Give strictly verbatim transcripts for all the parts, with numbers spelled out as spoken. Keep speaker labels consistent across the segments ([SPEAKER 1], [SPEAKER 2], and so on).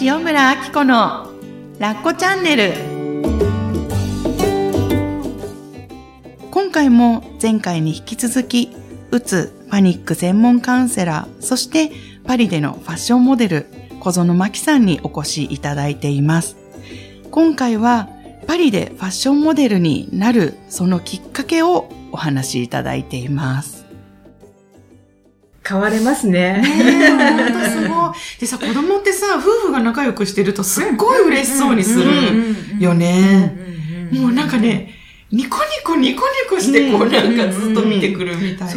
[SPEAKER 1] 塩村あき子のラッコチャンネル。今回も前回に引き続き、うつ、パニック専門カウンセラー、そしてパリでのファッションモデル、小園真希さんにお越しいただいています。今回はパリでファッションモデルになるそのきっかけをお話しいただいています。
[SPEAKER 2] 変われますね。
[SPEAKER 1] ねえ、ほんとすごい。でさ、子供ってさ、夫婦が仲良くしてるとすっごい嬉しそうにするよね。もうなんかね、ニコニコニコニコしてこうなんかずっと見てくるみたいな。
[SPEAKER 2] そう。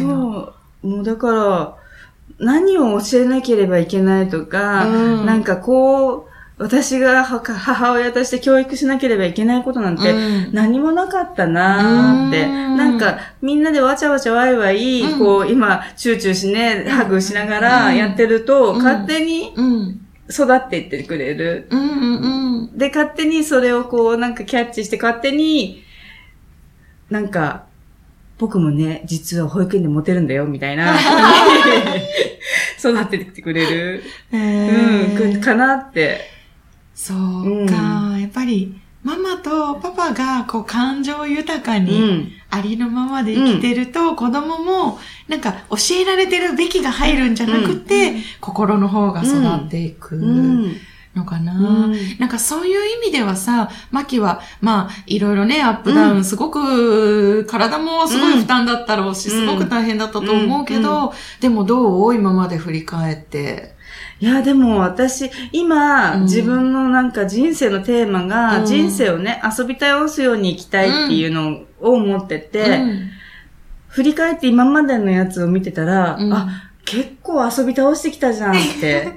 [SPEAKER 2] もうだから、何を教えなければいけないとか、うん、なんかこう、私が母親として教育しなければいけないことなんて何もなかったなーって、うん、なんかみんなでわちゃわちゃわいわい、うん、こう今チューチューしね、ハグしながらやってると、うん、勝手に育っていってくれる、うんうんうん。で、勝手にそれをこうなんかキャッチして勝手になんか僕もね、実は保育園でモテるんだよ、みたいな。育ってきてくれる。うん、かなって。
[SPEAKER 1] そうか、うん、やっぱりママとパパがこう感情豊かにありのままで生きてると、うん、子供もなんか教えられてるべきが入るんじゃなくて、うん、心の方が育っていくのかな、うん、なんかそういう意味ではさ、マキはまあいろいろねアップダウン、うん、すごく体もすごい負担だったろうし、うん、すごく大変だったと思うけど、うんうん、でもどう今まで振り返って
[SPEAKER 2] いや、でも私、今、うん、自分のなんか人生のテーマが、うん、人生をね、遊び倒すように生きたいっていうのを思ってて、うん、振り返って今までのやつを見てたら、うん、あ、結構遊び倒してきたじゃんって、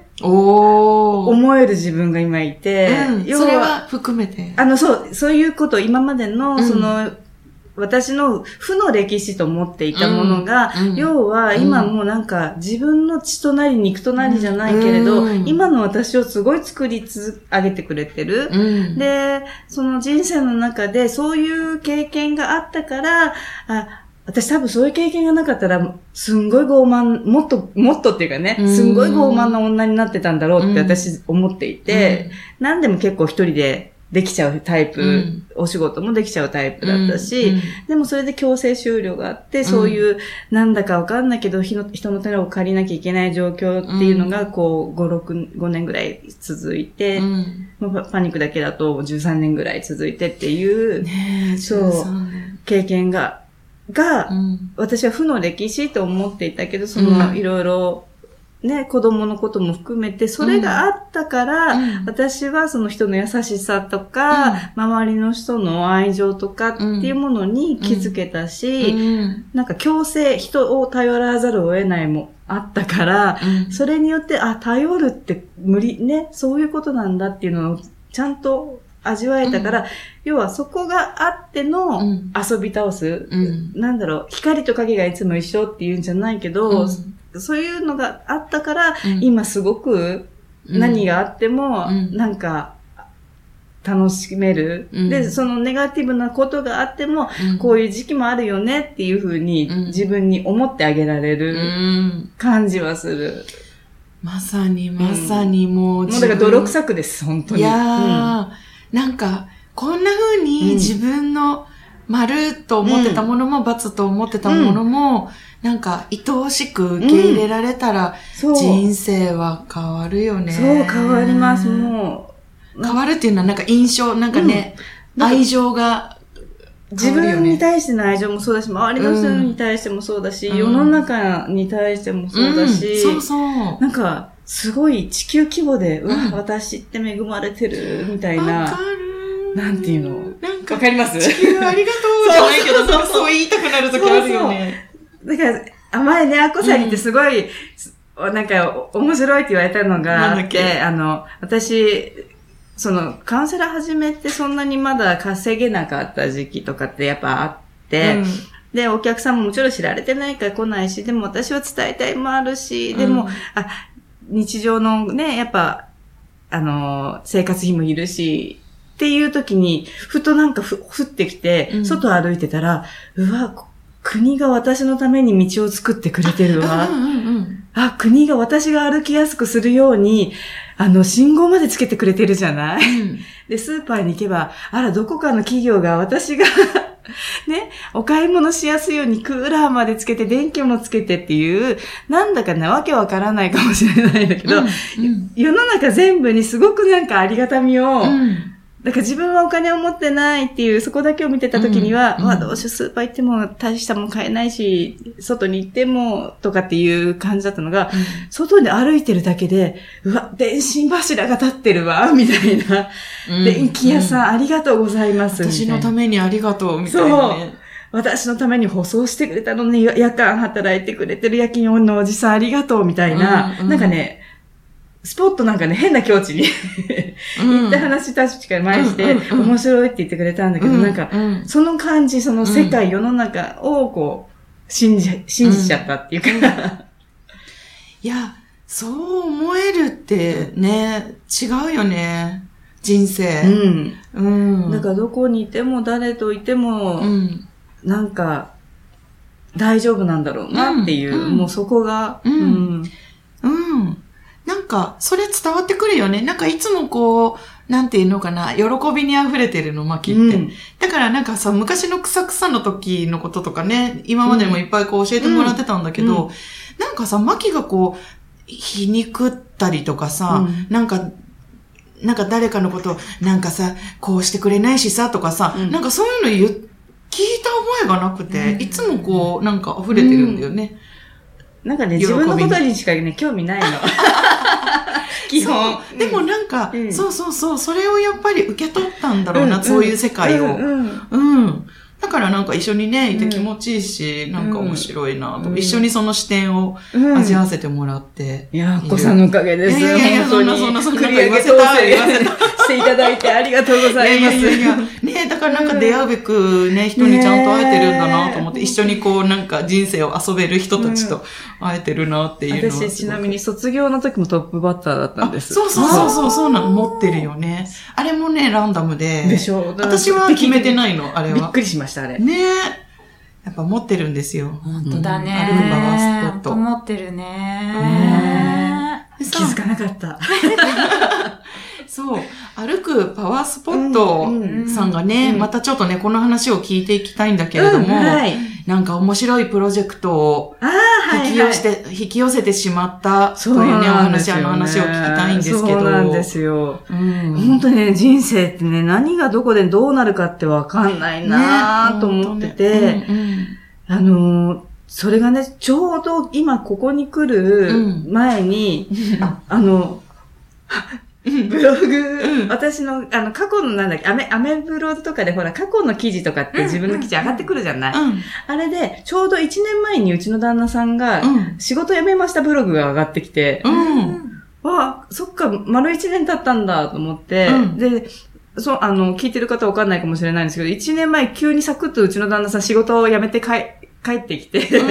[SPEAKER 2] お思える自分が今いて、
[SPEAKER 1] うん、要はそれは含めて。
[SPEAKER 2] あの、そう、そういうこと、今までの、その、うん私の負の歴史と思っていたものが、うんうん、要は今もうなんか自分の血となり肉となりじゃないけれど、うん、今の私をすごい作り上げてくれてる、うん。で、その人生の中でそういう経験があったから、あ私多分そういう経験がなかったら、すんごい傲慢、もっと、もっとっていうかね、すんごい傲慢な女になってたんだろうって私思っていて、うん、何でも結構一人で、できちゃうタイプ、うん、お仕事もできちゃうタイプだったし、うんうん、でもそれで強制終了があって、うん、そういう、なんだかわかんないけど、人の手を借りなきゃいけない状況っていうのが、こう、ご、ろく、ごねんぐらい続いて、うん、パニックだけだとじゅうさんねんぐらい続いてっていう、
[SPEAKER 1] ね、
[SPEAKER 2] そう、経験が、が、うん、私は負の歴史と思っていたけど、その、いろいろ、ね、子供のことも含めて、それがあったから、うん、私はその人の優しさとか、うん、周りの人の愛情とかっていうものに気づけたし、うん、なんか強制、人を頼らざるを得ないもあったから、うん、それによって、あ、頼るって無理、ね、そういうことなんだっていうのをちゃんと味わえたから、うん、要はそこがあっての遊び倒す、うん、なんだろう、光と影がいつも一緒っていうんじゃないけど、うんそういうのがあったから、うん、今すごく何があっても、なんか、楽しめる、うん。で、そのネガティブなことがあっても、うん、こういう時期もあるよねっていうふうに自分に思ってあげられる感じはする。うん、
[SPEAKER 1] まさにまさにもう
[SPEAKER 2] 自分、もうだから泥臭くです、本当に。
[SPEAKER 1] いやー、うん、なんか、こんな風に自分の丸と思ってたものも、×と思ってたものも、なんか、愛おしく受け入れられたら、うん、人生は変わるよね。
[SPEAKER 2] そう、変わります、も
[SPEAKER 1] う。変わるっていうのは、なんか印象、なんかね、うん、愛情が、
[SPEAKER 2] 自分に対しての愛情もそうだし、周りの人に対してもそうだし、うん、世の中に対してもそうだし、
[SPEAKER 1] うん、そうそう。
[SPEAKER 2] なんか、すごい地球規模で、うわ、うん、私って恵まれてる、みたいな。
[SPEAKER 1] わかる。
[SPEAKER 2] なんていうの
[SPEAKER 1] なんか、
[SPEAKER 2] わかります
[SPEAKER 1] 地球ありがとうじゃないけど、そうそうそうそう言いたくなる時あるよね。
[SPEAKER 2] だから、前ね、アッコさんにってすごい、うん、なんか、面白いって言われたのがあって、あの、私、その、カウンセラー始めてそんなにまだ稼げなかった時期とかってやっぱあって、うん、で、お客さんももちろん知られてないから来ないし、でも私は伝えたいもあるし、でも、うん、あ、日常のね、やっぱ、あの、生活費もいるし、っていう時に、ふとなんかふ降ってきて、うん、外歩いてたら、うわ、国が私のために道を作ってくれてるわ。うんうんうん、 あ、国が私が歩きやすくするように、あの、信号までつけてくれてるじゃない、うん、で、スーパーに行けば、あら、どこかの企業が私が、ね、お買い物しやすいようにクーラーまでつけて、電気もつけてっていう、なんだかね、わけわからないかもしれないんだけど、うんうん、世の中全部にすごくなんかありがたみを、うんだから自分はお金を持ってないっていう、そこだけを見てた時には、うん、まあどうしようスーパー行っても大したもん買えないし、外に行ってもとかっていう感じだったのが、うん、外で歩いてるだけで、うわ、電信柱が立ってるわ、みたいな。うん、電気屋さん、うん、ありがとうございます。
[SPEAKER 1] 私のためにありがとう、みたいな、ね。そう。
[SPEAKER 2] 私のために舗装してくれたのに、夜間働いてくれてる夜勤のおじさんありがとう、みたいな。うんうん、なんかね、スポットなんかね、変な境地に行った話確かに前して、うんうんうん、面白いって言ってくれたんだけど、うんうん、なんか、その感じ、その世界、うん、世の中をこう、信じ、信じちゃったっていうか、うん、い
[SPEAKER 1] や、そう思えるってね、違うよね。人生。うん。
[SPEAKER 2] うん。だからどこにいても誰といても、うん、なんか、大丈夫なんだろうなっていう、うん、もうそこが、
[SPEAKER 1] うん。うん。うんなんか、それ伝わってくるよね。なんかいつもこう、なんていうのかな、喜びに溢れてるの、マキって。うん、だからなんかさ、昔の草草の時のこととかね、今までもいっぱいこう教えてもらってたんだけど、うんうん、なんかさ、マキがこう、皮肉ったりとかさ、うん、なんか、なんか誰かのこと、なんかさ、こうしてくれないしさ、とかさ、うん、なんかそういうの言う、聞いた覚えがなくて、うん、いつもこう、なんか溢れてるんだよね。
[SPEAKER 2] うん、なんかね、自分のことにしかね、興味ないの。基本。
[SPEAKER 1] でもなんか、うん、そうそうそう、それをやっぱり受け取ったんだろうな、うん、そういう世界を。うん。うん、だからなんか一緒にね、いて気持ちいいし、うん、なんか面白いなと、うん、一緒にその視点を味わわせてもらって。
[SPEAKER 2] いや、アッコさんのおかげです。いやいやいや、
[SPEAKER 1] そんなそんなそんな。
[SPEAKER 2] 繰り上げ当選していただいてありがとうございます。いやいやいや
[SPEAKER 1] ねだからなんか出会うべくね、人にちゃんと会えてるんだなと思って、一緒にこうなんか人生を遊べる人たちと会えてるなっていうのは、
[SPEAKER 2] 私ちなみに卒業の時もトップバッターだったんです。
[SPEAKER 1] そうそうそうそう、そうなの、持ってるよね。あれもね、ランダムで。
[SPEAKER 2] でしょ
[SPEAKER 1] 私は決めてないの、あれは。
[SPEAKER 2] びっくりしました、あれ。
[SPEAKER 1] ねやっぱ持ってるんですよ。
[SPEAKER 3] 本当だね。
[SPEAKER 1] 歩くパワースポット。
[SPEAKER 3] 持ってるね。ね
[SPEAKER 2] 気づかなかった。
[SPEAKER 1] そう。歩くパワースポットさんがね、うんうん、またちょっとね、この話を聞いていきたいんだけれども、うんはい、なんか面白いプロジェクトを引き寄せて、はいはい、引き寄せてしまったというね、お話、あの話を聞きたいんですけど。
[SPEAKER 2] そうなんですよ。うん、本当にね、人生ってね、何がどこでどうなるかってわかんないなと思ってて、ねうんうん、あの、それがね、ちょうど今ここに来る前に、うん、あの、ブログ、うん、私の、あの、過去のなんだっけ、アメ、アメブロとかでほら、過去の記事とかって自分の記事上がってくるじゃない、うんうん、あれで、ちょうどいちねんまえにうちの旦那さんが、仕事辞めましたブログが上がってきて、うん、わあ、そっか、丸いちねん経ったんだと思って、うん、で、そう、あの、聞いてる方わかんないかもしれないんですけど、いちねんまえ急にサクッとうちの旦那さん仕事を辞めて帰、帰ってきて、うん、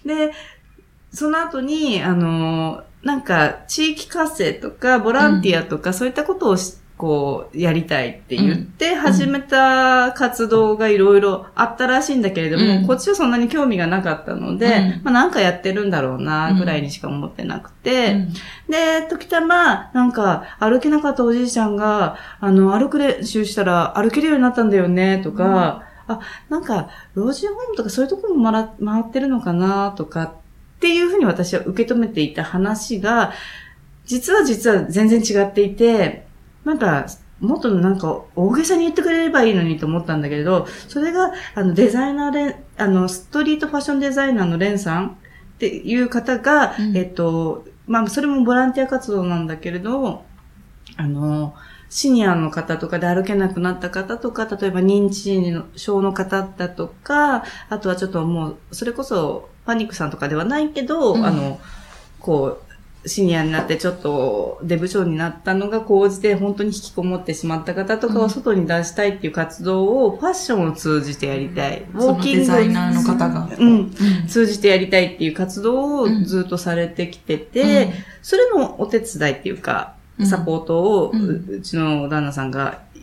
[SPEAKER 2] で、その後に、あの、なんか、地域活性とか、ボランティアとか、うん、そういったことをこう、やりたいって言って始めた活動がいろいろあったらしいんだけれども、うん、こっちはそんなに興味がなかったので、うん、まあなんかやってるんだろうな、ぐらいにしか思ってなくて、うん、で、時たま、なんか、歩けなかったおじいちゃんが、あの、歩く練習したら歩けるようになったんだよね、とか、うん、あ、なんか、老人ホームとかそういうところも回ってるのかな、とか、っていうふうに私は受け止めていた話が、実は実は全然違っていて、なんか、もっとなんか大げさに言ってくれればいいのにと思ったんだけれど、それが、あの、デザイナーレン、あの、ストリートファッションデザイナーのレンさんっていう方が、うん、えっと、まあ、それもボランティア活動なんだけれど、あの、シニアの方とかで歩けなくなった方とか、例えば認知症の方だとか、あとはちょっともう、それこそパニックさんとかではないけど、うん、あの、こう、シニアになってちょっとデブ症になったのが高じて本当に引きこもってしまった方とかを外に出したいっていう活動をファッションを通じてやりたい。
[SPEAKER 1] うん、ウォーキングデザイナーの方が。
[SPEAKER 2] うん。うん、通じてやりたいっていう活動をずっとされてきてて、うん、それのお手伝いっていうか、サポートをうちの旦那さんが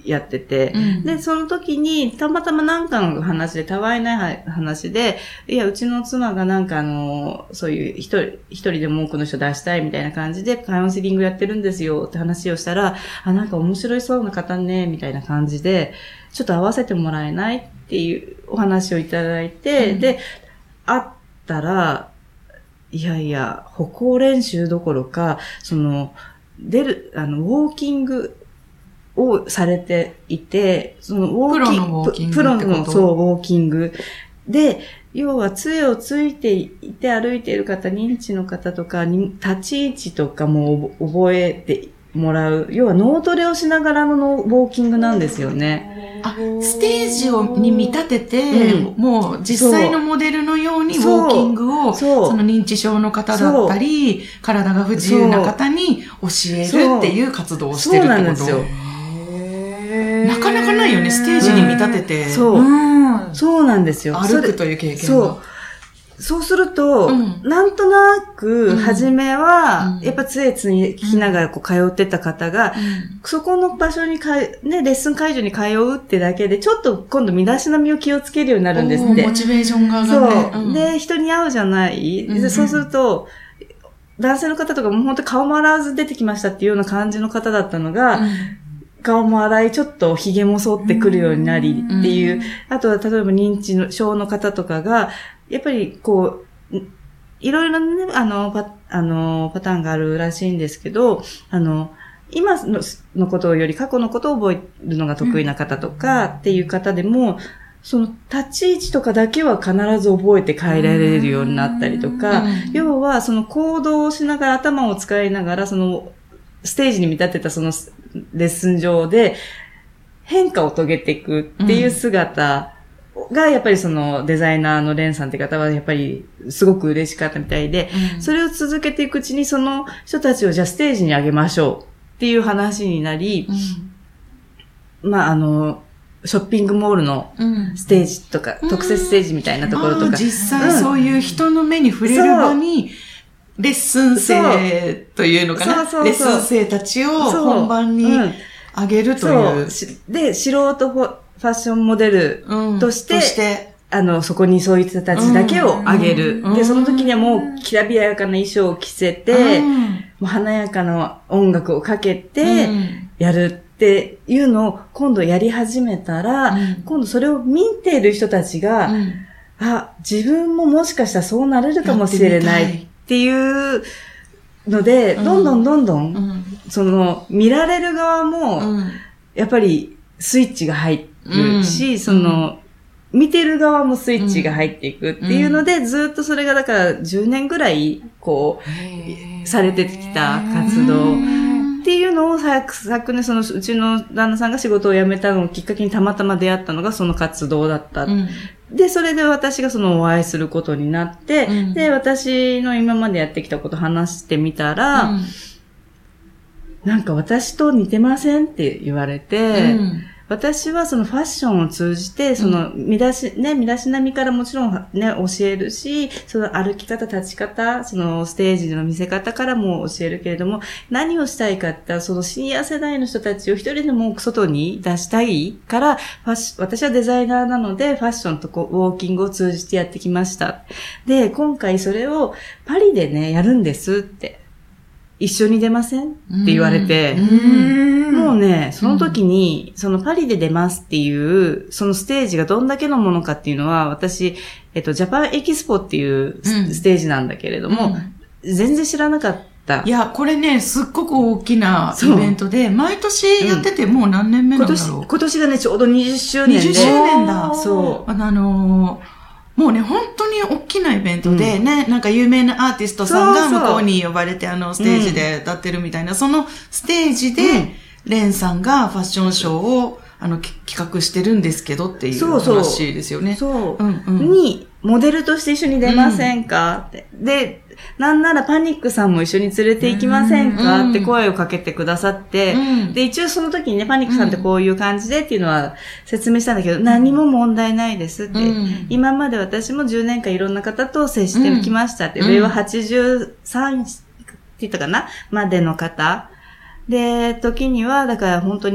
[SPEAKER 2] やってて、うん、で、その時に、たまたまなんかの話で、たわいない話で、いや、うちの妻がなんかあの、そういう一人、一人でも多くの人出したいみたいな感じで、カウンセリングやってるんですよって話をしたら、あ、なんか面白いそうな方ね、みたいな感じで、ちょっと合わせてもらえないっていうお話をいただいて、うん、で、会ったら、いやいや、歩行練習どころか、その、出る、あの、ウォーキング、をされていて、そのウォーキング、プロのウォーキングプロの、そう、ウォーキング。で、要は杖をついていて歩いている方、認知の方とかに、立ち位置とかも覚えてもらう。要は脳トレをしながらのウォーキングなんですよね。
[SPEAKER 1] あ、ステージをに見立てて、うん、もう実際のモデルのようにウォーキングを、そ, その認知症の方だったり、体が不自由な方に教えるっていう活動をしてるってこと。そうなんですよ。なかなかないよね、ステージに見立てて。
[SPEAKER 2] そう。うん、そうなんですよ。
[SPEAKER 1] 歩くという経験が。
[SPEAKER 2] そう。そうすると、うん、なんとなく、初めは、うん、やっぱ杖つに聞きながらこう通ってた方が、うん、そこの場所にかね、レッスン会場に通うってだけで、ちょっと今度身だしなみを気をつけるようになるんですって。
[SPEAKER 1] モチベーションが上がるね。
[SPEAKER 2] そう。うん、で、人に会うじゃない。でそうすると、男性の方とかも本当顔も洗わず出てきましたっていうような感じの方だったのが、うん、顔も洗い、ちょっと髭も剃ってくるようになりっていう、うん、あとは例えば認知症の方とかが、やっぱりこう、いろいろなね、あの、パ、あの、パターンがあるらしいんですけど、あの、今の、のことより過去のことを覚えるのが得意な方とかっていう方でも、その立ち位置とかだけは必ず覚えて帰られるようになったりとか、要はその行動をしながら頭を使いながら、そのステージに見立てたそのレッスン上で変化を遂げていくっていう姿がやっぱりそのデザイナーのレンさんって方はやっぱりすごく嬉しかったみたいで、うん、それを続けていくうちにその人たちをじゃあステージに上げましょうっていう話になり、うん、まああの、ショッピングモールのステージとか、うん、特設ステージみたいなところとか。
[SPEAKER 1] 実際そういう人の目に触れる場に、レッスン生というのかな。そうそうそうレッスン生たちを本番に上げるという。
[SPEAKER 2] そうで、素人ファッションモデルとして、うん、としてあの、そこにそういう人たちだけを上げる。うん、で、その時にはもうきらびやかな衣装を着せて、うん、もう華やかな音楽をかけて、やる。っていうのを今度やり始めたら、うん、今度それを見ている人たちが、うん、あ、自分ももしかしたらそうなれるかもしれないっていうので、どんどんどんどん、うん、その見られる側も、うん、やっぱりスイッチが入るし、うん、その、見てる側もスイッチが入っていくっていうので、うん、ずっとそれがだからじゅうねんぐらい、こう、されてきた活動。っていうのを昨年そのうちの旦那さんが仕事を辞めたのをきっかけにたまたま出会ったのがその活動だった。うん、で、それで私がそのお会いすることになって、うん、で、私の今までやってきたことを話してみたら、うん、なんか私と似てませんって言われて、うん私はそのファッションを通じて、その身だし、ね、身だしなみからもちろんね、教えるし、その歩き方、立ち方、そのステージの見せ方からも教えるけれども、何をしたいかって、そのシニア世代の人たちを一人でも外に出したいから、ファッシ私はデザイナーなので、ファッションとこうウォーキングを通じてやってきました。で、今回それをパリでね、やるんですって。一緒に出ませんって言われて、うんもうね、その時に、そのパリで出ますっていう、そのステージがどんだけのものかっていうのは、私、えっと、ジャパンエキスポっていうステージなんだけれども、うん、全然知らなかった。
[SPEAKER 1] いや、これね、すっごく大きなイベントで、毎年やっててもう何年目なんだろう、
[SPEAKER 2] うん、今年、今年がね、ちょうどにじゅっしゅうねんで。
[SPEAKER 1] にじゅっしゅうねんだ。
[SPEAKER 2] そう。
[SPEAKER 1] あのー、もうね、本当に大きなイベントでね、うん、なんか有名なアーティストさんが向こうに呼ばれてあのステージで歌ってるみたいな、うん、そのステージで、うん、レンさんがファッションショーをあの企画してるんですけどっていう話ですよね。
[SPEAKER 2] そうそう。そう。うんうん、に、モデルとして一緒に出ませんか、うん、って。で、なんならパニックさんも一緒に連れて行きませんか、うん、って声をかけてくださって、うん、で、一応その時にね、パニックさんってこういう感じでっていうのは説明したんだけど、うん、何も問題ないですって、うん。今まで私もじゅうねんかんいろんな方と接してきましたって。うん、上ははちじゅうさんって言ったかなまでの方。で、時には、だから本当に、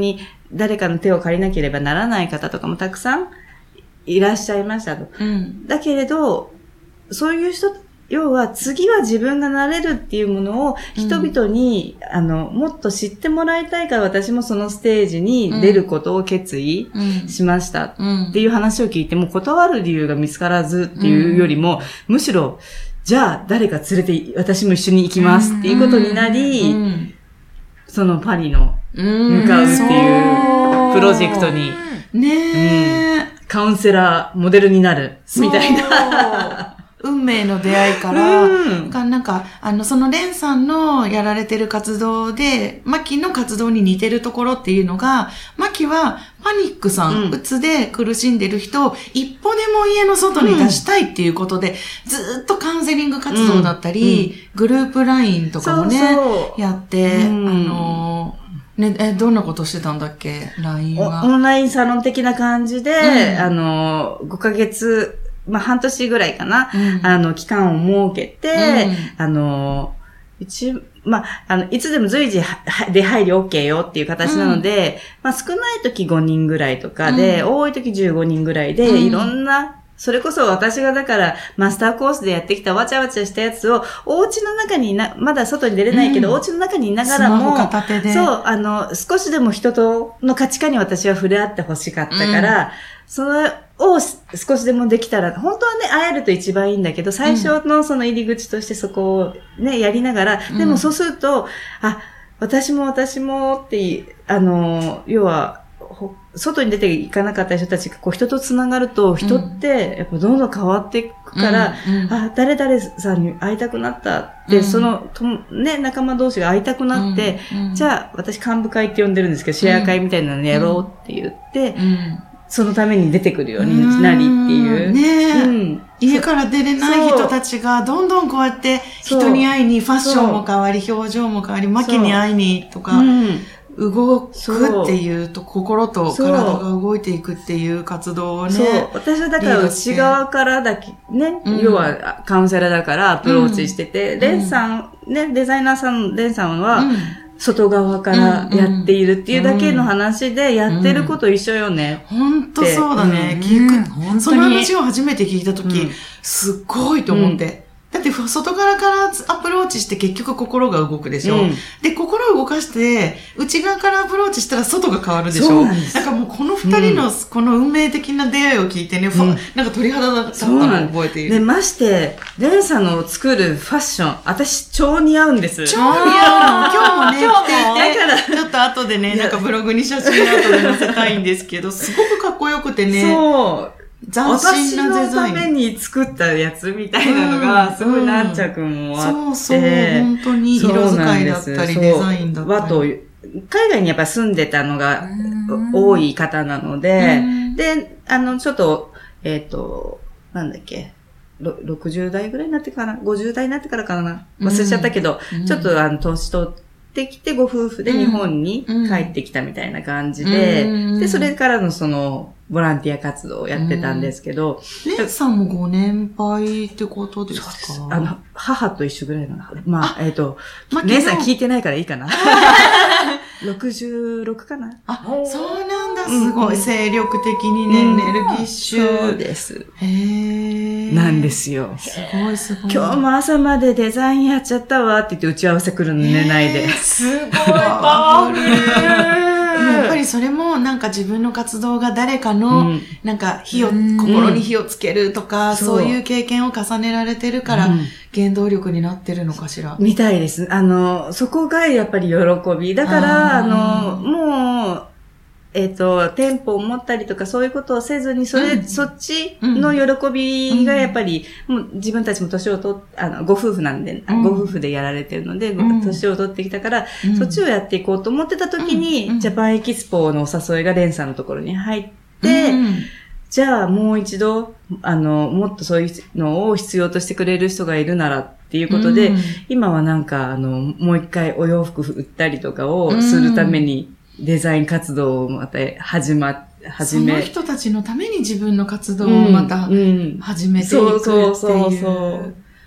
[SPEAKER 2] 誰かの手を借りなければならない方とかもたくさんいらっしゃいましたと。うん、だけれど、そういう人、要は次は自分がなれるっていうものを人々に、うん、あの、もっと知ってもらいたいから私もそのステージに出ることを決意しましたっていう話を聞いて、もう断る理由が見つからずっていうよりも、うん、むしろ、じゃあ誰か連れて私も一緒に行きますっていうことになり、うんうん、そのパリの向かうっていうプロジェクトに、
[SPEAKER 1] ねえ、
[SPEAKER 2] うん、カウンセラー、モデルになるみたいな。
[SPEAKER 1] 運命の出会いから、うん、なんか、あの、そのレンさんのやられてる活動で、マキの活動に似てるところっていうのが、マキはパニックさん、うん、うつで苦しんでる人を一歩でも家の外に出したいっていうことで、うん、ずっとカウンセリング活動だったり、うん、グループラインとかもね、そうそうやって、うん、あの、ね、え、どんなことしてたんだっけ ?ライン は。
[SPEAKER 2] オンラインサロン的な感じで、うん、あの、ごかげつ、まあ、半年ぐらいかな、うん、あの、期間を設けて、うん、あの、一、まあ、あの、いつでも随時出入り OK よっていう形なので、うん、まあ、少ない時ごにんぐらいとかで、うん、多い時じゅうごにんぐらいで、うん、いろんな、それこそ私がだからマスターコースでやってきたわちゃわちゃしたやつをお家の中にな、まだ外に出れないけど、うん、お家の中にいながらも、
[SPEAKER 1] 片手で
[SPEAKER 2] そう、あの、少しでも人との価値観に私は触れ合ってほしかったから、うん、その、を少しでもできたら、本当はね、会えると一番いいんだけど、最初のその入り口としてそこをね、やりながら、でもそうすると、あ、私も私もっていう、あの、要は、外に出ていかなかった人たちがこう人とつながると、人ってやっぱどんどん変わっていくから、うんうん、あ、誰々さんに会いたくなったって、うん、そのと、ね、仲間同士が会いたくなって、うんうん、じゃあ私幹部会って呼んでるんですけど、シェア会みたいなのやろうって言って、うんうんそのために出てくるようになりっていう。
[SPEAKER 1] ねえ、うん。家から出れない人たちがどんどんこうやって人に会いにファッションも変わり、表情も変わり、マキに会いにとか、動くっていうと、心と体が動いていくっていう活動をね。
[SPEAKER 2] そう。私はだから内側からだけ、ね、うん、要はカウンセラーだからアプローチしてて、うん、レンさん、ね、デザイナーさん、レンさんは、うん外側からやっているっていうだけの話でやってること一緒よね。
[SPEAKER 1] ほんとそうだね。聞く。その話を初めて聞いたとき、すっごいと思って。だって外側からアプローチして結局心が動くでしょ。うん、で、心を動かして内側からアプローチしたら外が変わるでしょ。そうなんです。だからもうこの二人のこの運命的な出会いを聞いてね、うん、なんか鳥肌だったのを覚えている。
[SPEAKER 2] で、まして、レンさんの作るファッション、私超似合うんです。
[SPEAKER 1] 超似合うの。今日もね、着ていて、だからちょっと後でね、なんかブログに写真後で載せたいんですけど、すごくかっこよくてね。
[SPEAKER 2] そう。斬新なデザイン。私のために作ったやつみたいなのが、すごい何着もあって、うんうん。そうそう、本当に色使いだったりデザインだったり。和と、海外にやっぱ住んでたのが多い方なので、で、あの、ちょっと、えっと、なんだっけ、ろくじゅう代ぐらいになってから、ごじゅう代になってからかな、忘れちゃったけど、ちょっとあの、年取って、できてご夫婦で日本に帰ってきたみたいな感じで、うん、で、それからのその、ボランティア活動をやってたんですけど。
[SPEAKER 1] レンさんもご年配ってことですか？そうです。
[SPEAKER 2] あの、母と一緒ぐらいの。まあ、あえっ、ー、と、姉さん聞いてないからいいかな。ろくじゅうろくかな。
[SPEAKER 1] あ、そうなんだ。すごい。精力的にね、エネルギッシュ。
[SPEAKER 2] そうです。
[SPEAKER 1] へー。
[SPEAKER 2] なんですよ。
[SPEAKER 1] すごいすごい。
[SPEAKER 2] 今日も朝までデザインやっちゃったわって言って打ち合わせ来るの寝ないで。
[SPEAKER 1] すごいパワフル。やっぱりそれもなんか自分の活動が誰かのなんか火を、心に火をつけるとか、そういう経験を重ねられてるから原動力になってるのかしら。
[SPEAKER 2] みたいです。あの、そこがやっぱり喜び。だから、あの、もう、えっと、店舗を持ったりとかそういうことをせずに、それ、うん、そっちの喜びがやっぱり、うん、もう自分たちも年をとあの、ご夫婦なんで、うん、ご夫婦でやられてるので、うん、年を取ってきたから、うん、そっちをやっていこうと思ってた時に、うん、ジャパンエキスポのお誘いがレンさんのところに入って、うん、じゃあもう一度、あの、もっとそういうのを必要としてくれる人がいるならっていうことで、うん、今はなんか、あの、もう一回お洋服売ったりとかをするために、デザイン活動をまた始ま、始め。
[SPEAKER 1] その人たちのために自分の活動をまた始めていくっていう。
[SPEAKER 2] うんうん、そうそうそうそう。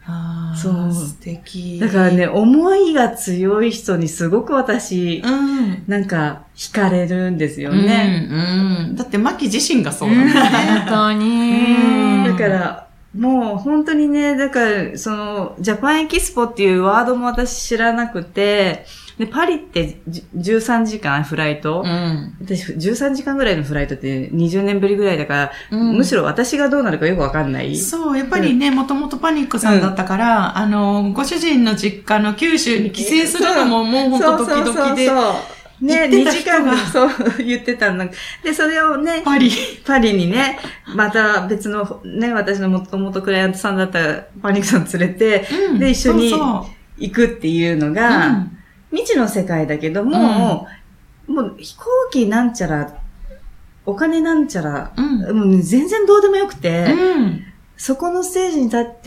[SPEAKER 1] ああ、
[SPEAKER 2] そう。
[SPEAKER 1] 素敵。
[SPEAKER 2] だからね、思いが強い人にすごく私、
[SPEAKER 1] うん、
[SPEAKER 2] なんか、惹かれるんですよね。
[SPEAKER 1] うんうん、だって、マキ自身がそうなんだね。
[SPEAKER 3] 本当に。
[SPEAKER 2] だから、もう本当にね、だから、その、ジャパンエキスポっていうワードも私知らなくて、で、パリってじゅうさんじかんフライト、うん、私じゅうさんじかんぐらいのフライトってにじゅうねんぶりぐらいだから、うん、むしろ私がどうなるかよくわかんない。
[SPEAKER 1] そう、やっぱりね、もともとパニックさんだったから、うん、あの、ご主人の実家の九州に帰省するのももうほんとドキドキで。そうそうそうそう
[SPEAKER 2] ね、にじかんがそう言ってたんだ。で、それをね、
[SPEAKER 1] パリ。
[SPEAKER 2] パリにね、また別のね、私のもともとクライアントさんだったパニックさん連れて、うん、で、一緒に行くっていうのが、うん未知の世界だけども、うん、もう飛行機なんちゃら、お金なんちゃら、うん、もう全然どうでもよくて、うん、そこのステージに立って、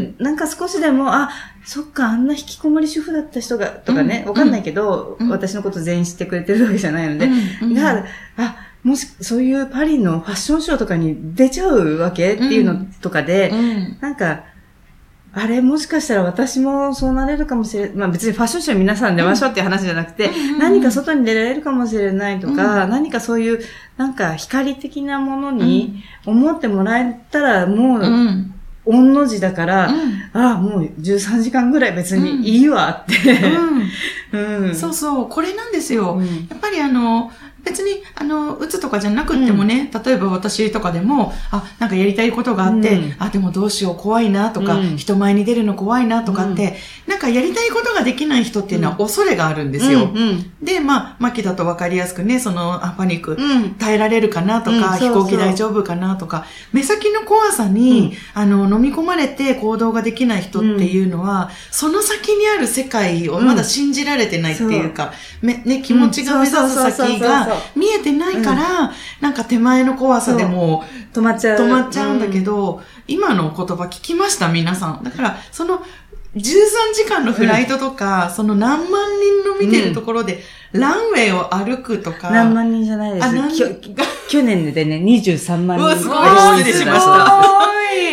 [SPEAKER 2] うん、なんか少しでも、あ、そっか、あんな引きこもり主婦だった人が、とかね、わ、うん、かんないけど、うん、私のこと全員知ってくれてるわけじゃないので、うん、だから、あ、もし、そういうパリのファッションショーとかに出ちゃうわけっていうのとかで、うん、なんか、あれもしかしたら私もそうなれるかもしれない。まあ別にファッションショー皆さん出ましょうっていう話じゃなくて、うん、何か外に出られるかもしれないとか、うん、何かそういうなんか光的なものに思ってもらえたらもう、御の字だから、うん、ああ、もうじゅうさんじかんぐらい別にいいわって、
[SPEAKER 1] うんうん。そうそう、これなんですよ。やっぱりあの、別に、あの、打つとかじゃなくってもね、うん、例えば私とかでも、あ、なんかやりたいことがあって、うん、あ、でもどうしよう怖いなとか、うん、人前に出るの怖いなとかって、うん、なんかやりたいことができない人っていうのは恐れがあるんですよ。うんうん、で、まあ、マキだと分かりやすくね、その、あ、パニック、うん、耐えられるかなとか、うん、飛行機大丈夫かなとか、目先の怖さに、うん、あの、飲み込まれて行動ができない人っていうのは、うん、その先にある世界をまだ信じられてないっていうか、うん、めね、気持ちが目指す先が見えてないから、うん、なんか手前の怖さでも
[SPEAKER 2] 止まっちゃう。
[SPEAKER 1] 止まっちゃうんだけど、うん、今の言葉聞きました皆さん。だから、そのじゅうさんじかんのフライトとか、うん、その何万人の見てるところで、うん、ランウェイを歩くとか。
[SPEAKER 2] 何万人じゃないです。あ、何去年でね、にじゅうさんまん人。うわ、
[SPEAKER 1] すごい失礼しました。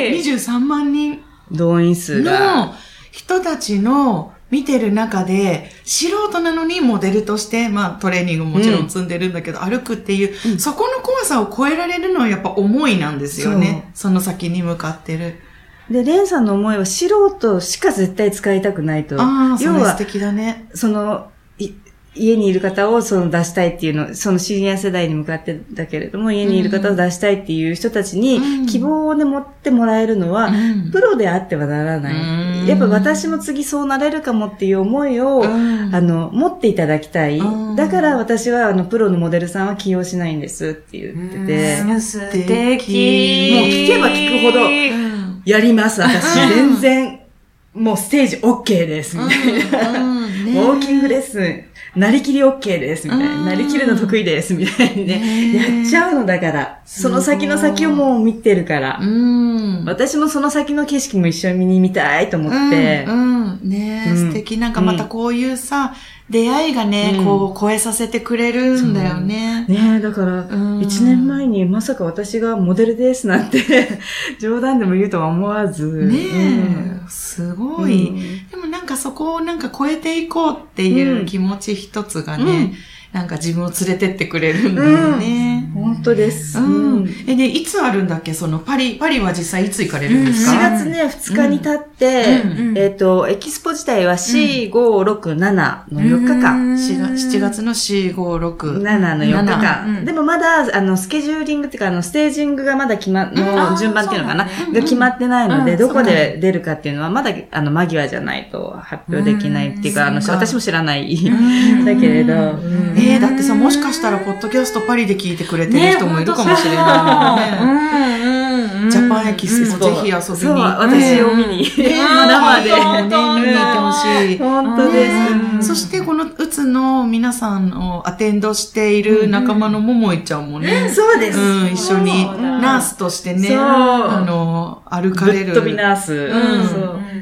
[SPEAKER 1] にじゅうさんまん人。
[SPEAKER 2] 動員数が。
[SPEAKER 1] の人たちの、見てる中で、素人なのにモデルとして、まあトレーニングももちろん積んでるんだけど、うん、歩くっていう、うん、そこの怖さを超えられるのはやっぱ思いなんですよね。そ, その先に向かってる。
[SPEAKER 2] で、レンさんの思いは素人しか絶対使いたくないと。
[SPEAKER 1] ああ、それ素敵だね。
[SPEAKER 2] その、家にいる方をその出したいっていうの、そのシニア世代に向かってだけれども、家にいる方を出したいっていう人たちに希望をね、持ってもらえるのは、うん、プロであってはならない、うん。やっぱ私も次そうなれるかもっていう思いを、うん、あの、持っていただきたい。うん、だから私は、あの、プロのモデルさんは起用しないんですって言ってて。
[SPEAKER 3] うん、素敵。もう
[SPEAKER 2] 聞けば聞くほど、やります、私。全然、もうステージ OK です、みたいな。うんうんね、ウォーキングレッスン。なりきり OK です、みたいな。なりきるの得意です、みたいにね。やっちゃうのだから。その先の先をもう見てるから。うん私もその先の景色も一緒に見たいと思って。
[SPEAKER 1] うん。うん、ねえ、うん、素敵。なんかまたこういうさ、出会いがね、うん、こう、超えさせてくれるんだよね。
[SPEAKER 2] ねえ、だから、一年前にまさか私がモデルですなんて、冗談でも言うとは思わず。
[SPEAKER 1] ねえ、うん、すごい、うん。でもなんかそこをなんか超えていこうっていう気持ち一つがね、うんなんか自分を連れてってくれるんだよね。
[SPEAKER 2] うん、本当です。う
[SPEAKER 1] ん。え、で、いつあるんだっけそのパリ、パリは実際いつ行かれるんですか、
[SPEAKER 2] うん、しがつね、ふつかに経って、うん、えっ、ー、と、エキスポ自体はよん、ご、ろく、ななのよっかかん。
[SPEAKER 1] しちがつのよん、ご、ろく。
[SPEAKER 2] ななのよっかかん。うん、でもまだ、あの、スケジューリングっていうか、あの、ステージングがまだ決ま、の順番っていうのかな、が決まってないので、どこで出るかっていうのはまだ、あの、間際じゃないと発表できないっていうか、あの、私も知らない。だけれど。
[SPEAKER 1] えー、だってさ、もしかしたら、ポッドキャストパリで聞いてくれてる人もいるかもしれないもんね。ジャパンエキスポぜひ遊びに。
[SPEAKER 2] そう、私を見に。生で。
[SPEAKER 1] ね、見に行ってほしい。
[SPEAKER 2] 本当です。
[SPEAKER 1] そして、このうつの皆さんをアテンドしている仲間のももいちゃんもね。
[SPEAKER 2] そうです。
[SPEAKER 1] うん、一緒にナースとしてね、あの、歩かれる。
[SPEAKER 2] ぶっ飛びナース。うん。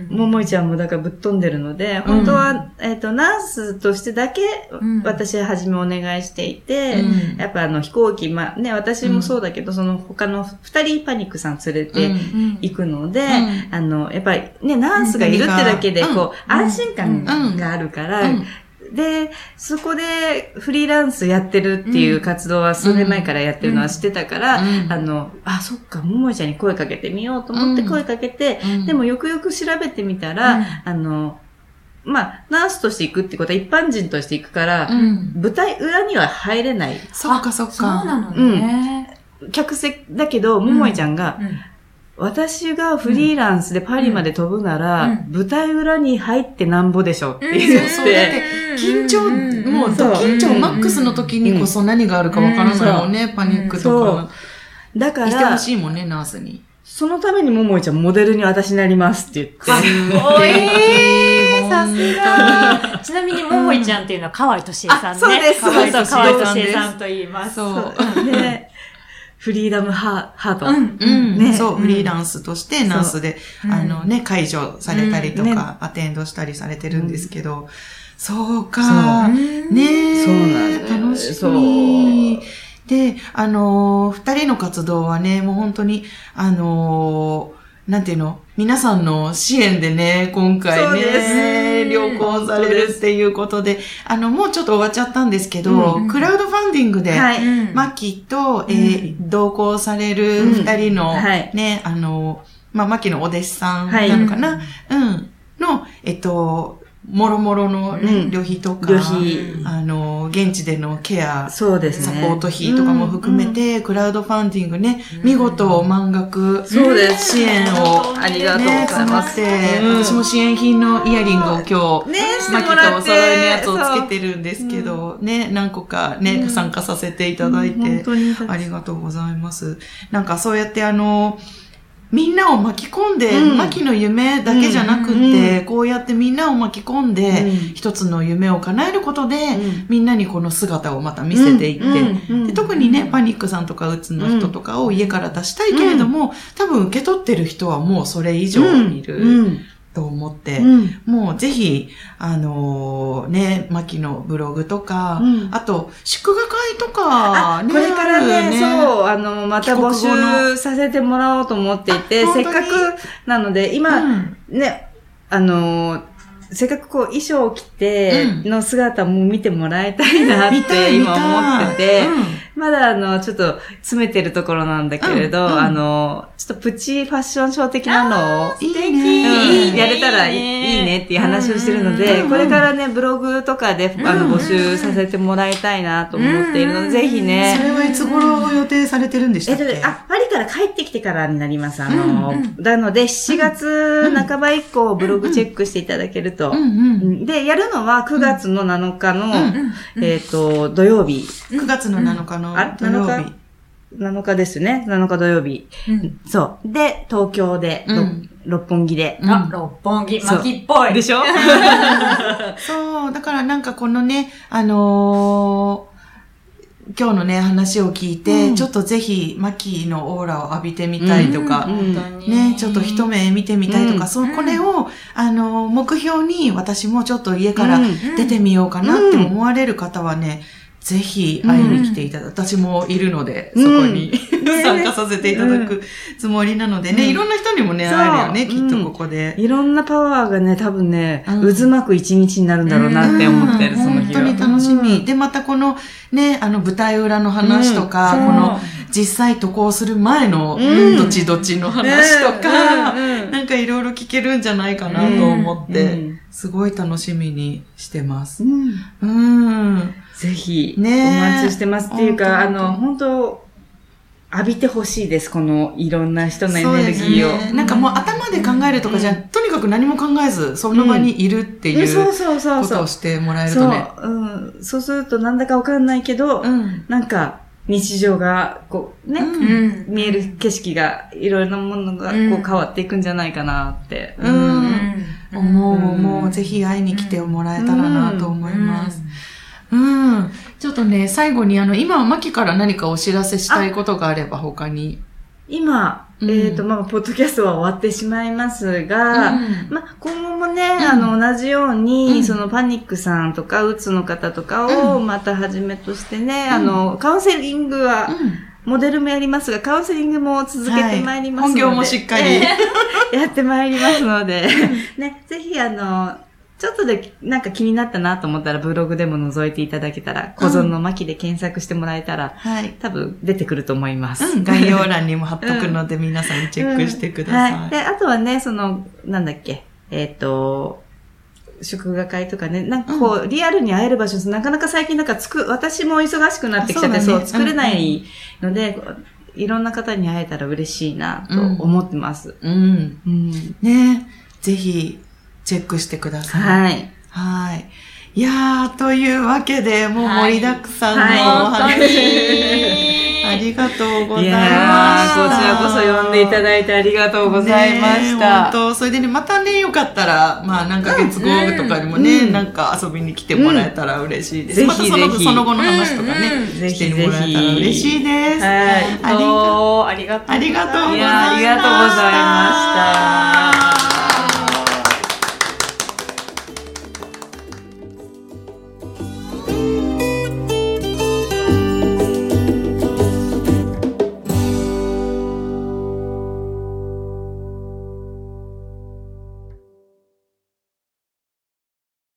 [SPEAKER 2] ももいちゃんもだからぶっ飛んでるので、本当は、えっと、ナースとしてだけ、私は初めお願いしていて、やっぱあの飛行機、まあね、私もそうだけど、その他の二人パニックさん連れて行くので、あの、やっぱりね、ナースがいるってだけで、こう、安心感があるから、で、そこでフリーランスやってるっていう活動は数年前からやってるのは知ってたから、うんうん、あの、あ、そっか、ももいちゃんに声かけてみようと思って声かけて、うん、でもよくよく調べてみたら、うん、あの、まあ、ナースとして行くってことは一般人として行くから、うん、舞台裏には入れない。
[SPEAKER 1] そっかそっか。そう
[SPEAKER 3] なのね。
[SPEAKER 2] うん。客席だけど、ももいちゃんが、うんうん私がフリーランスでパリまで飛ぶなら、うん、舞台裏に入ってなんぼでしょって言って。うん、そうだって
[SPEAKER 1] 緊張、うん、もう緊張マックスの時にこそ何があるかわからないもんね、うん、パニックとか。
[SPEAKER 2] うん、だから、
[SPEAKER 1] してほしいもんね、ナースに。
[SPEAKER 2] そのためにももいちゃんモデルに私なりますって言って。
[SPEAKER 3] かっこいいさすがちなみにももいちゃんっていうのは河合俊恵さんね。
[SPEAKER 2] そうです。
[SPEAKER 3] そうです。河合俊恵さんと言います。
[SPEAKER 1] そう。
[SPEAKER 2] ねフリーダムハート。
[SPEAKER 1] うん。うん。ね。そう、フリーランスとしてナースで、あのね、解除されたりとか、アテンドしたりされてるんですけど、そうか。ね
[SPEAKER 2] そうなんだ。
[SPEAKER 1] 楽しみ。で、あの、二人の活動はね、もう本当に、あの、なんていうの皆さんの支援でね、今回ね、良好されるっていうことで、あの、もうちょっと終わっちゃったんですけど、うん、クラウドファンディングで、はい、マキと、えーうん、同行される二人の、うんはい、ね、あの、まあ、マキのお弟子さんなのかな、はい、うん、の、えっと、もろもろのね、うん、旅費とか、
[SPEAKER 2] 旅費、
[SPEAKER 1] あの、現地でのケア、
[SPEAKER 2] そうです
[SPEAKER 1] ね、サポート費とかも含めて、うん、クラウドファンディングね、うん、見事満額、
[SPEAKER 2] そうです。
[SPEAKER 1] 支援を、
[SPEAKER 2] ありがとうございます。
[SPEAKER 1] ね、うん、私も支援品のイヤリングを今日、ね、マキとお揃いのやつをつけてるんですけど、ね、何個かね、うん、参加させていただいて、うん、本当にありがとうございます。なんかそうやってあの、みんなを巻き込んで、うん、マキの夢だけじゃなくって、うん、こうやってみんなを巻き込んで、うん、一つの夢を叶えることで、うん、みんなにこの姿をまた見せていって、うん、で特にね、パニックさんとかうつの人とかを家から出したいけれども、うん、多分受け取ってる人はもうそれ以上いる。うんうんと思って、うん、もうぜひ、あのー、ね、マキのブログとか、うん、あと、祝賀会とか、
[SPEAKER 2] ね、これからね、ねそう、あの、また募集させてもらおうと思っていて、せっかくなので、今、うん、ね、あのー、せっかくこう衣装を着ての姿も見てもらいたいなって今思ってて、まだあの、ちょっと詰めてるところなんだけれど、うんうん、あの、ちょっとプチファッションショー的なのを、
[SPEAKER 3] 素敵、
[SPEAKER 2] うん、やれたらいい、いいねっていう話をしてるので、これからね、ブログとかであの募集させてもらいたいなと思っているので、ぜひね。
[SPEAKER 1] それはいつ頃予定されてるんでしたっけ？
[SPEAKER 2] えっと、あ、パリから帰ってきてからになります。あの、うんうん、なので、しちがつなかば以降、ブログチェックしていただけると。うんうん、で、やるのはくがつのなのかの、うんうん、えっと、土曜日。
[SPEAKER 1] くがつのなのかの土曜日。
[SPEAKER 2] なのかですね。なのか土曜日。うん、そう。で、東京で、うん、六本木で。
[SPEAKER 3] あ、六本木、巻きっぽい。
[SPEAKER 2] でしょ
[SPEAKER 1] そう。だからなんかこのね、あのー、今日のね、話を聞いて、うん、ちょっとぜひ、マキのオーラを浴びてみたいとか、うん、ね、ちょっと一目見てみたいとか、うん、そう、これを、あの、目標に私もちょっと家から出てみようかなって思われる方はね、ぜひ会いに来ていただ、うん、私もいるので、そこに、うんね、参加させていただくつもりなのでね、うん、いろんな人にもね、会えるよね、きっとここで、
[SPEAKER 2] うん。いろんなパワーがね、多分ね、うん、渦巻く一日になるんだろうなって思ってる、うん、その日は。
[SPEAKER 1] 本当に楽しみ。うん、で、またこの、ね、あの舞台裏の話とか、うん、この実際渡航する前の、うん、どっちどっちの話とか、うん、なんかいろいろ聞けるんじゃないかなと思って、うん、すごい楽しみにしてます。うん。うん、
[SPEAKER 2] ぜひ、ね、お待ちしてますっていうか、あの、本当浴びてほしいです、このいろんな人のエネルギーを。
[SPEAKER 1] ね、なんかもう頭で考えるとかじゃ、うん、とにかく何も考えず、その場にいるっていう、うん、ことをしてもらえるとね。
[SPEAKER 2] そう、うん、そうするとなんだかわかんないけど、うん、なんか日常がこうね、うん、見える景色がいろいろなものがこう変わっていくんじゃないかなって。
[SPEAKER 1] うん。うん、思う、思う。ぜひ会いに来てもらえたらなと思います。うん。うん、ちょっとね、最後にあの、今はマキから何かお知らせしたいことがあれば他に。
[SPEAKER 2] 今、 うん、えっ、ー、と、まあ、ポッドキャストは終わってしまいますが、うん、まあ、今後もね、うん、あの、同じように、うん、そのパニックさんとか、うつの方とかをまたはじめとしてね、うん、あの、カウンセリングは、うんモデルもやりますが、カウンセリングも続けてまいりますので。
[SPEAKER 1] はい、本業もしっかり。
[SPEAKER 2] やってまいりますので。ね、ぜひあの、ちょっとでなんか気になったなと思ったらブログでも覗いていただけたら、小園の巻で検索してもらえたら、はい、多分出てくると思います。
[SPEAKER 1] うん、概要欄にも貼っとくので、うん、皆さんチェックしてください。うんはい、
[SPEAKER 2] で、あとはね、その、なんだっけ、えっと、祝賀会とかね、なんかこう、うん、リアルに会える場所、なかなか最近なんかつく、私も忙しくなってきちゃって、そう、ね、そう作れないので、うんうん、いろんな方に会えたら嬉しいなと思ってます。
[SPEAKER 1] うん。うんうん、ねぜひ、チェックしてください。
[SPEAKER 2] はい。
[SPEAKER 1] はい。いやー、というわけで、もう盛りだくさんのお話、はいはい、ありがとうございました。いや
[SPEAKER 2] ー、こちらこそ呼んでいただいてありがとうございました。
[SPEAKER 1] 本当それでね、またね、よかったら、まあ何ヶ月後とかにもね、うん、なんか遊びに来てもらえたら嬉しいです。うん、またその、その後の話とかね、うんうん、してもらえたら嬉しいです。
[SPEAKER 3] はい。ありがとうございました。
[SPEAKER 1] ありがとうございました。
[SPEAKER 2] ありがとうございました。